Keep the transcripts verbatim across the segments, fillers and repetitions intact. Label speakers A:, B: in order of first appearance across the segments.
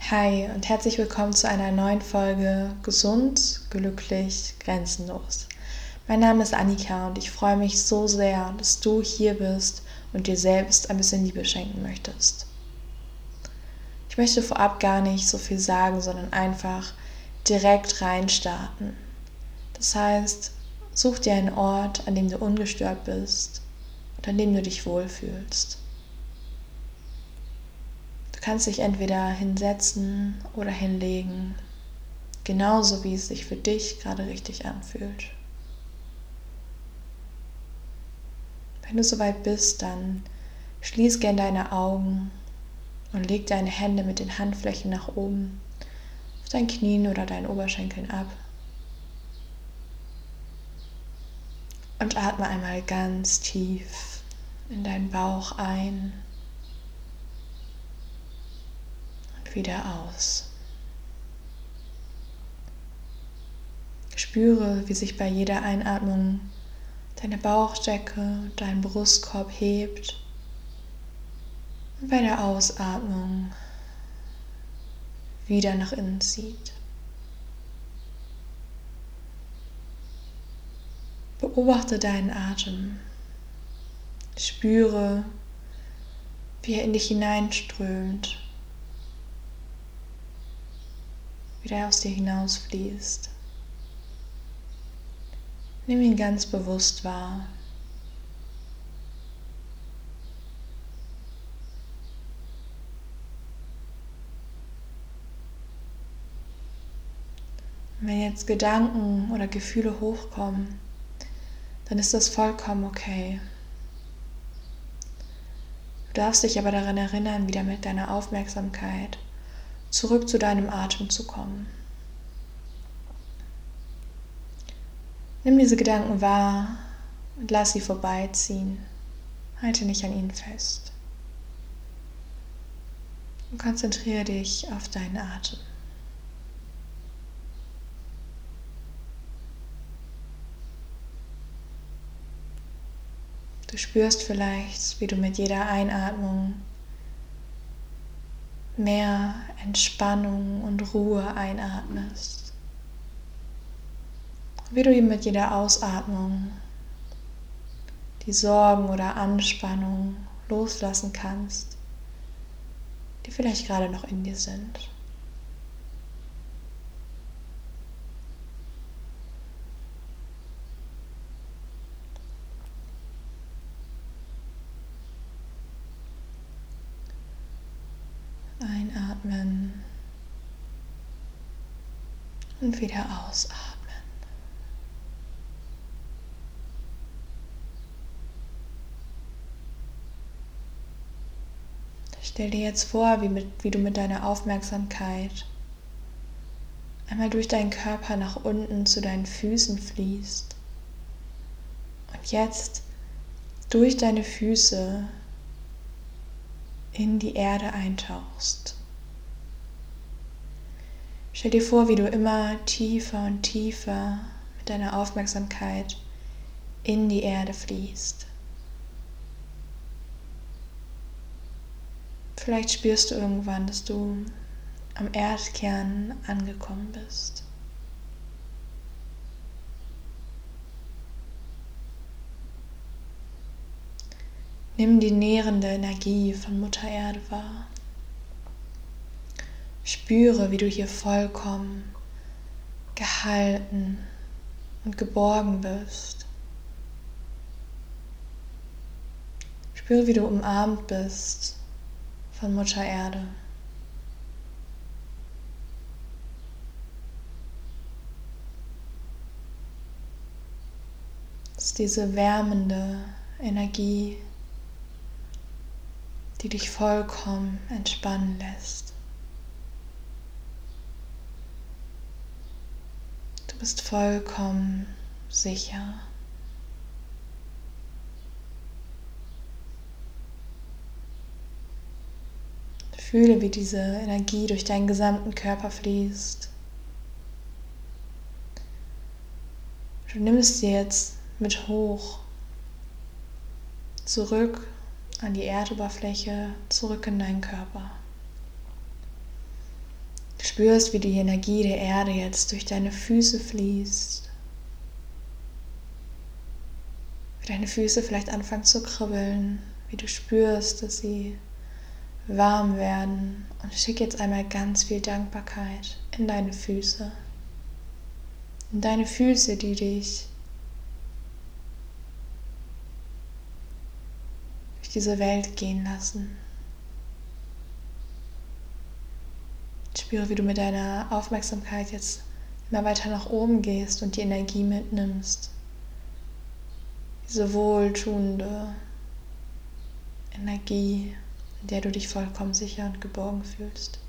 A: Hi und herzlich willkommen zu einer neuen Folge Gesund, glücklich, grenzenlos. Mein Name ist Annika und ich freue mich so sehr, dass du hier bist und dir selbst ein bisschen Liebe schenken möchtest. Ich möchte vorab gar nicht so viel sagen, sondern einfach direkt reinstarten. Das heißt, such dir einen Ort, an dem du ungestört bist und an dem du dich wohlfühlst. Du kannst dich entweder hinsetzen oder hinlegen, genauso wie es sich für dich gerade richtig anfühlt. Wenn du soweit bist, dann schließ gern deine Augen und leg deine Hände mit den Handflächen nach oben auf deinen Knien oder deinen Oberschenkeln ab. Und atme einmal ganz tief in deinen Bauch ein und wieder aus. Spüre, wie sich bei jeder Einatmung deine Bauchdecke, dein Brustkorb hebt und bei der Ausatmung wieder nach innen zieht. Beobachte deinen Atem. Spüre, wie er in dich hineinströmt, wie er aus dir hinausfließt. Nimm ihn ganz bewusst wahr. Und wenn jetzt Gedanken oder Gefühle hochkommen, dann ist das vollkommen okay. Du darfst dich aber daran erinnern, wieder mit deiner Aufmerksamkeit zurück zu deinem Atem zu kommen. Nimm diese Gedanken wahr und lass sie vorbeiziehen. Halte nicht an ihnen fest. Und konzentriere dich auf deinen Atem. Du spürst vielleicht, wie du mit jeder Einatmung mehr Entspannung und Ruhe einatmest. Wie du mit jeder Ausatmung die Sorgen oder Anspannung loslassen kannst, die vielleicht gerade noch in dir sind. Einatmen und wieder ausatmen. Stell dir jetzt vor, wie, mit, wie du mit deiner Aufmerksamkeit einmal durch deinen Körper nach unten zu deinen Füßen fließt und jetzt durch deine Füße in die Erde eintauchst. Stell dir vor, wie du immer tiefer und tiefer mit deiner Aufmerksamkeit in die Erde fließt. Vielleicht spürst du irgendwann, dass du am Erdkern angekommen bist. Nimm die nährende Energie von Mutter Erde wahr. Spüre, wie du hier vollkommen gehalten und geborgen bist. Spüre, wie du umarmt bist von Mutter Erde. Es ist diese wärmende Energie, die dich vollkommen entspannen lässt. Du bist vollkommen sicher. Fühle, wie diese Energie durch deinen gesamten Körper fließt. Du nimmst sie jetzt mit hoch, zurück an die Erdoberfläche, zurück in deinen Körper. Spürst, wie die Energie der Erde jetzt durch deine Füße fließt. Wie deine Füße vielleicht anfangen zu kribbeln, wie du spürst, dass sie warm werden. Und schick jetzt einmal ganz viel Dankbarkeit in deine Füße. In deine Füße, die dich durch diese Welt gehen lassen. Spüre, wie du mit deiner Aufmerksamkeit jetzt immer weiter nach oben gehst und die Energie mitnimmst. Diese wohltuende Energie, in der du dich vollkommen sicher und geborgen fühlst.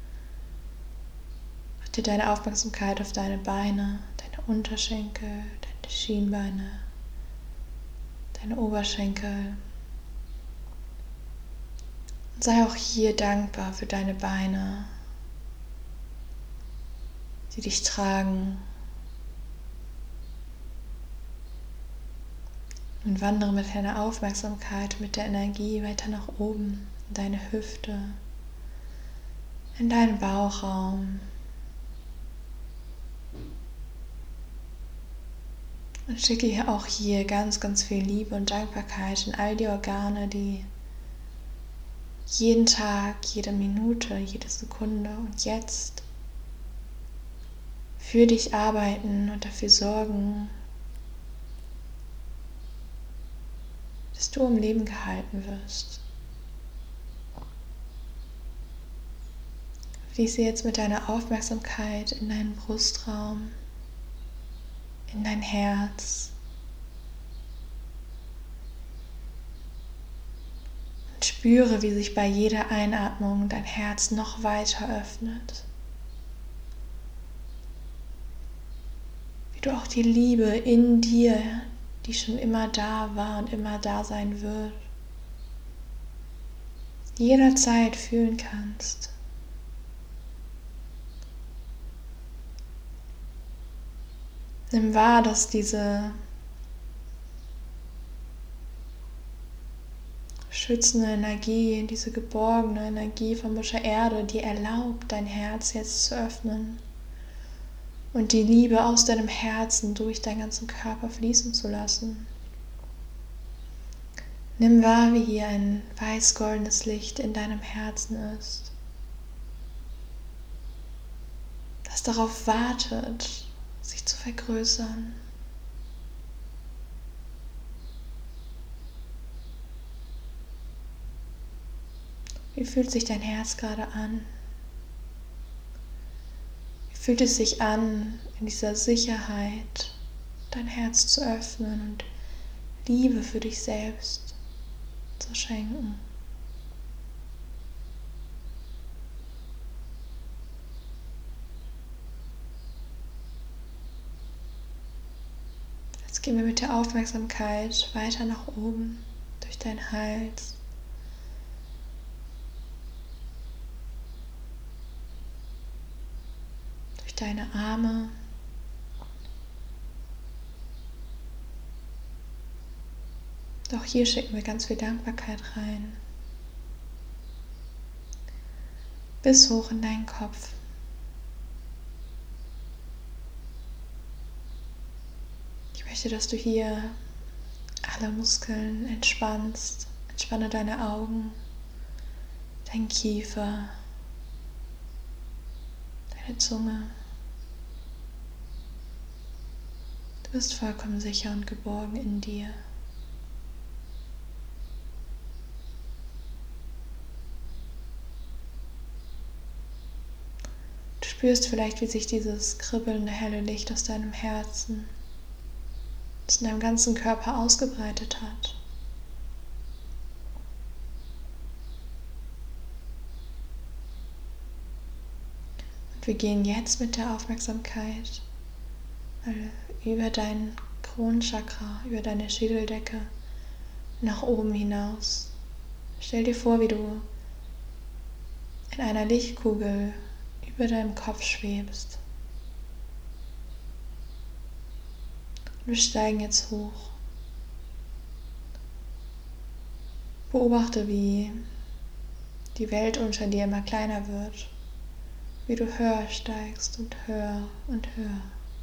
A: Richte deine Aufmerksamkeit auf deine Beine, deine Unterschenkel, deine Schienbeine, deine Oberschenkel. Und sei auch hier dankbar für deine Beine, die dich tragen. Und wandere mit deiner Aufmerksamkeit, mit der Energie weiter nach oben, in deine Hüfte, in deinen Bauchraum. Und schicke hier auch hier ganz, ganz viel Liebe und Dankbarkeit in all die Organe, die jeden Tag, jede Minute, jede Sekunde und jetzt für dich arbeiten und dafür sorgen, dass du im Leben gehalten wirst. Fließe jetzt mit deiner Aufmerksamkeit in deinen Brustraum, in dein Herz und spüre, wie sich bei jeder Einatmung dein Herz noch weiter öffnet. Wie du auch die Liebe in dir, die schon immer da war und immer da sein wird, jederzeit fühlen kannst. Nimm wahr, dass diese schützende Energie, diese geborgene Energie von Mutter Erde, die erlaubt, dein Herz jetzt zu öffnen und die Liebe aus deinem Herzen durch deinen ganzen Körper fließen zu lassen. Nimm wahr, wie hier ein weiß-goldenes Licht in deinem Herzen ist, das darauf wartet, sich zu vergrößern. Wie fühlt sich dein Herz gerade an? Wie fühlt es sich an, in dieser Sicherheit dein Herz zu öffnen und Liebe für dich selbst zu schenken? Jetzt gehen wir mit der Aufmerksamkeit weiter nach oben durch deinen Hals. Durch deine Arme. Auch hier schicken wir ganz viel Dankbarkeit rein. Bis hoch in deinen Kopf. Ich möchte, dass du hier alle Muskeln entspannst. Entspanne deine Augen, deinen Kiefer, deine Zunge. Du bist vollkommen sicher und geborgen in dir. Du spürst vielleicht, wie sich dieses kribbelnde helle Licht aus deinem Herzen in deinem ganzen Körper ausgebreitet hat. Und wir gehen jetzt mit der Aufmerksamkeit über dein Kronenchakra, über deine Schädeldecke nach oben hinaus. Stell dir vor, wie du in einer Lichtkugel über deinem Kopf schwebst. Wir steigen jetzt hoch. Beobachte, wie die Welt unter dir immer kleiner wird. wie du höher steigst und höher und höher.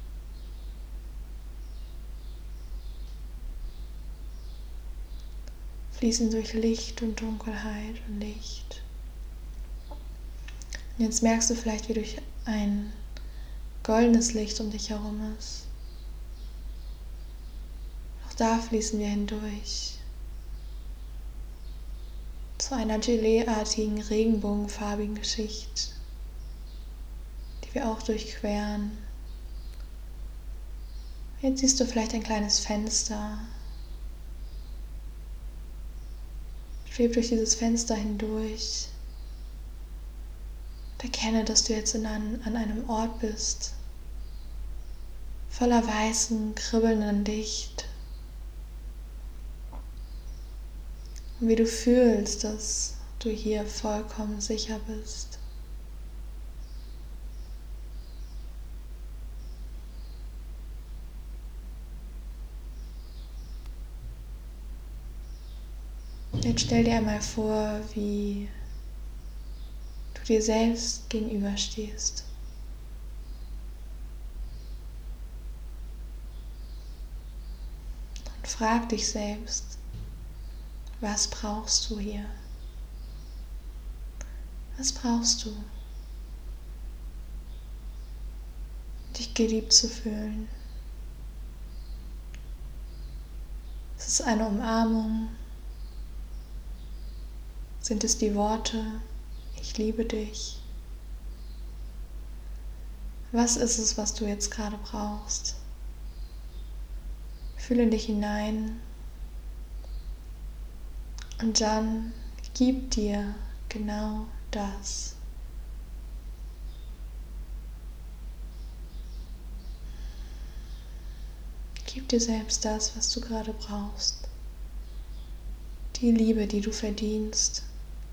A: Fließen durch Licht und Dunkelheit und Licht. Und jetzt merkst du vielleicht, wie durch ein goldenes Licht um dich herum ist. Auch da fließen wir hindurch. Zu einer Gelee-artigen, regenbogenfarbigen Schicht, die wir auch durchqueren. Jetzt siehst du vielleicht ein kleines Fenster. Schweb durch dieses Fenster hindurch. Und erkenne, dass du jetzt in ein, an einem Ort bist, voller weißen, kribbelnden Licht. Und wie du fühlst, dass du hier vollkommen sicher bist. Jetzt stell dir einmal vor, wie du dir selbst gegenüberstehst. Und frag dich selbst, was brauchst du hier? Was brauchst du, dich geliebt zu fühlen? Ist es eine Umarmung? Sind es die Worte, ich liebe dich? Was ist es, was du jetzt gerade brauchst? Fühle dich hinein und dann gib dir genau das. Gib dir selbst das, was du gerade brauchst. Die Liebe, die du verdienst.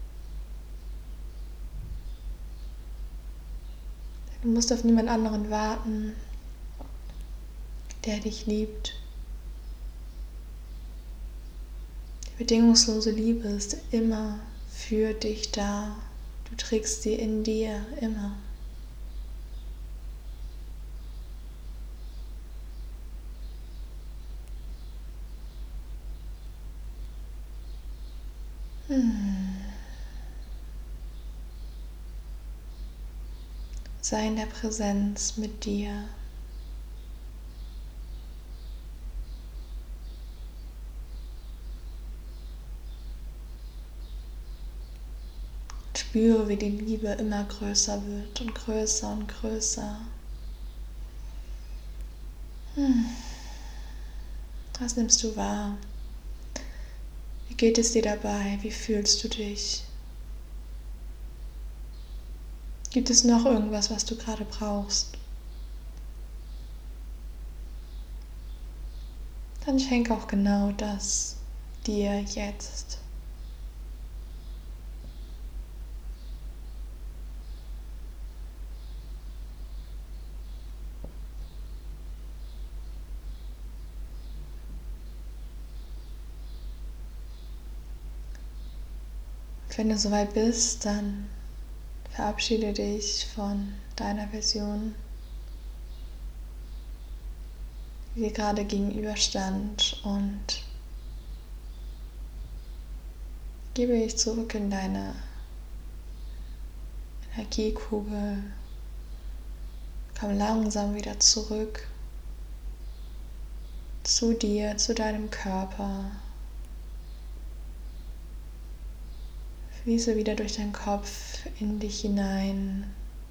A: Du musst auf niemand anderen warten, der dich liebt. Die bedingungslose Liebe ist immer für dich da. Du trägst sie in dir immer. Hm. Sei in der Präsenz mit dir. Spüre, wie die Liebe immer größer wird und größer und größer. Hm. Was nimmst du wahr? Wie geht es dir dabei? Wie fühlst du dich? Gibt es noch irgendwas, was du gerade brauchst? Dann schenk auch genau das dir jetzt. Wenn du soweit bist, dann verabschiede dich von deiner Version, die dir gerade gegenüberstand, und gebe dich zurück in deine Energiekugel. Komm langsam wieder zurück zu dir, zu deinem Körper. Fließe wieder durch deinen Kopf in dich hinein.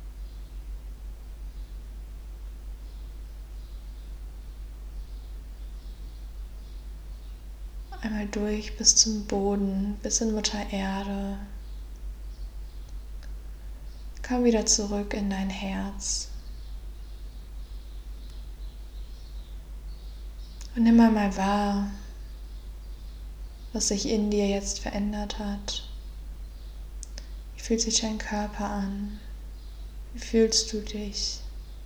A: Einmal durch bis zum Boden, bis in Mutter Erde. Komm wieder zurück in dein Herz. Und nimm einmal wahr, was sich in dir jetzt verändert hat. Wie fühlt sich dein Körper an? Wie fühlst du dich?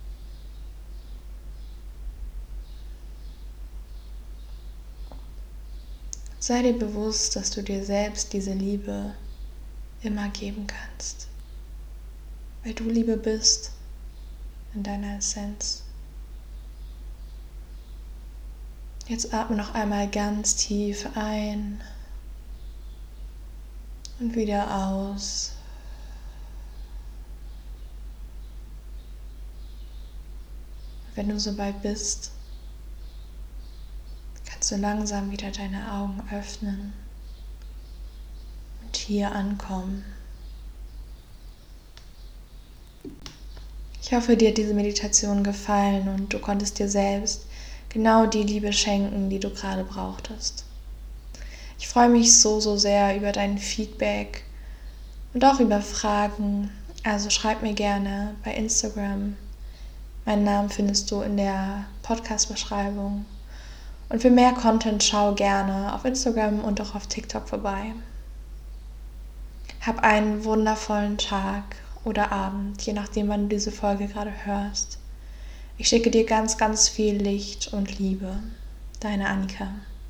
A: Sei dir bewusst, dass du dir selbst diese Liebe immer geben kannst. weil du Liebe bist in deiner Essenz. Jetzt atme noch einmal ganz tief ein und wieder aus. Wenn du soweit bist, kannst du langsam wieder deine Augen öffnen und hier ankommen. Ich hoffe, dir hat diese Meditation gefallen und du konntest dir selbst genau die Liebe schenken, die du gerade brauchtest. Ich freue mich so, so sehr über dein Feedback und auch über Fragen. Also schreib mir gerne bei Instagram. Meinen Namen findest du in der Podcast-Beschreibung. Und für mehr Content schau gerne auf Instagram und auch auf TikTok vorbei. Hab einen wundervollen Tag oder Abend, je nachdem, wann du diese Folge gerade hörst. Ich schicke dir ganz, ganz viel Licht und Liebe. Deine Annika.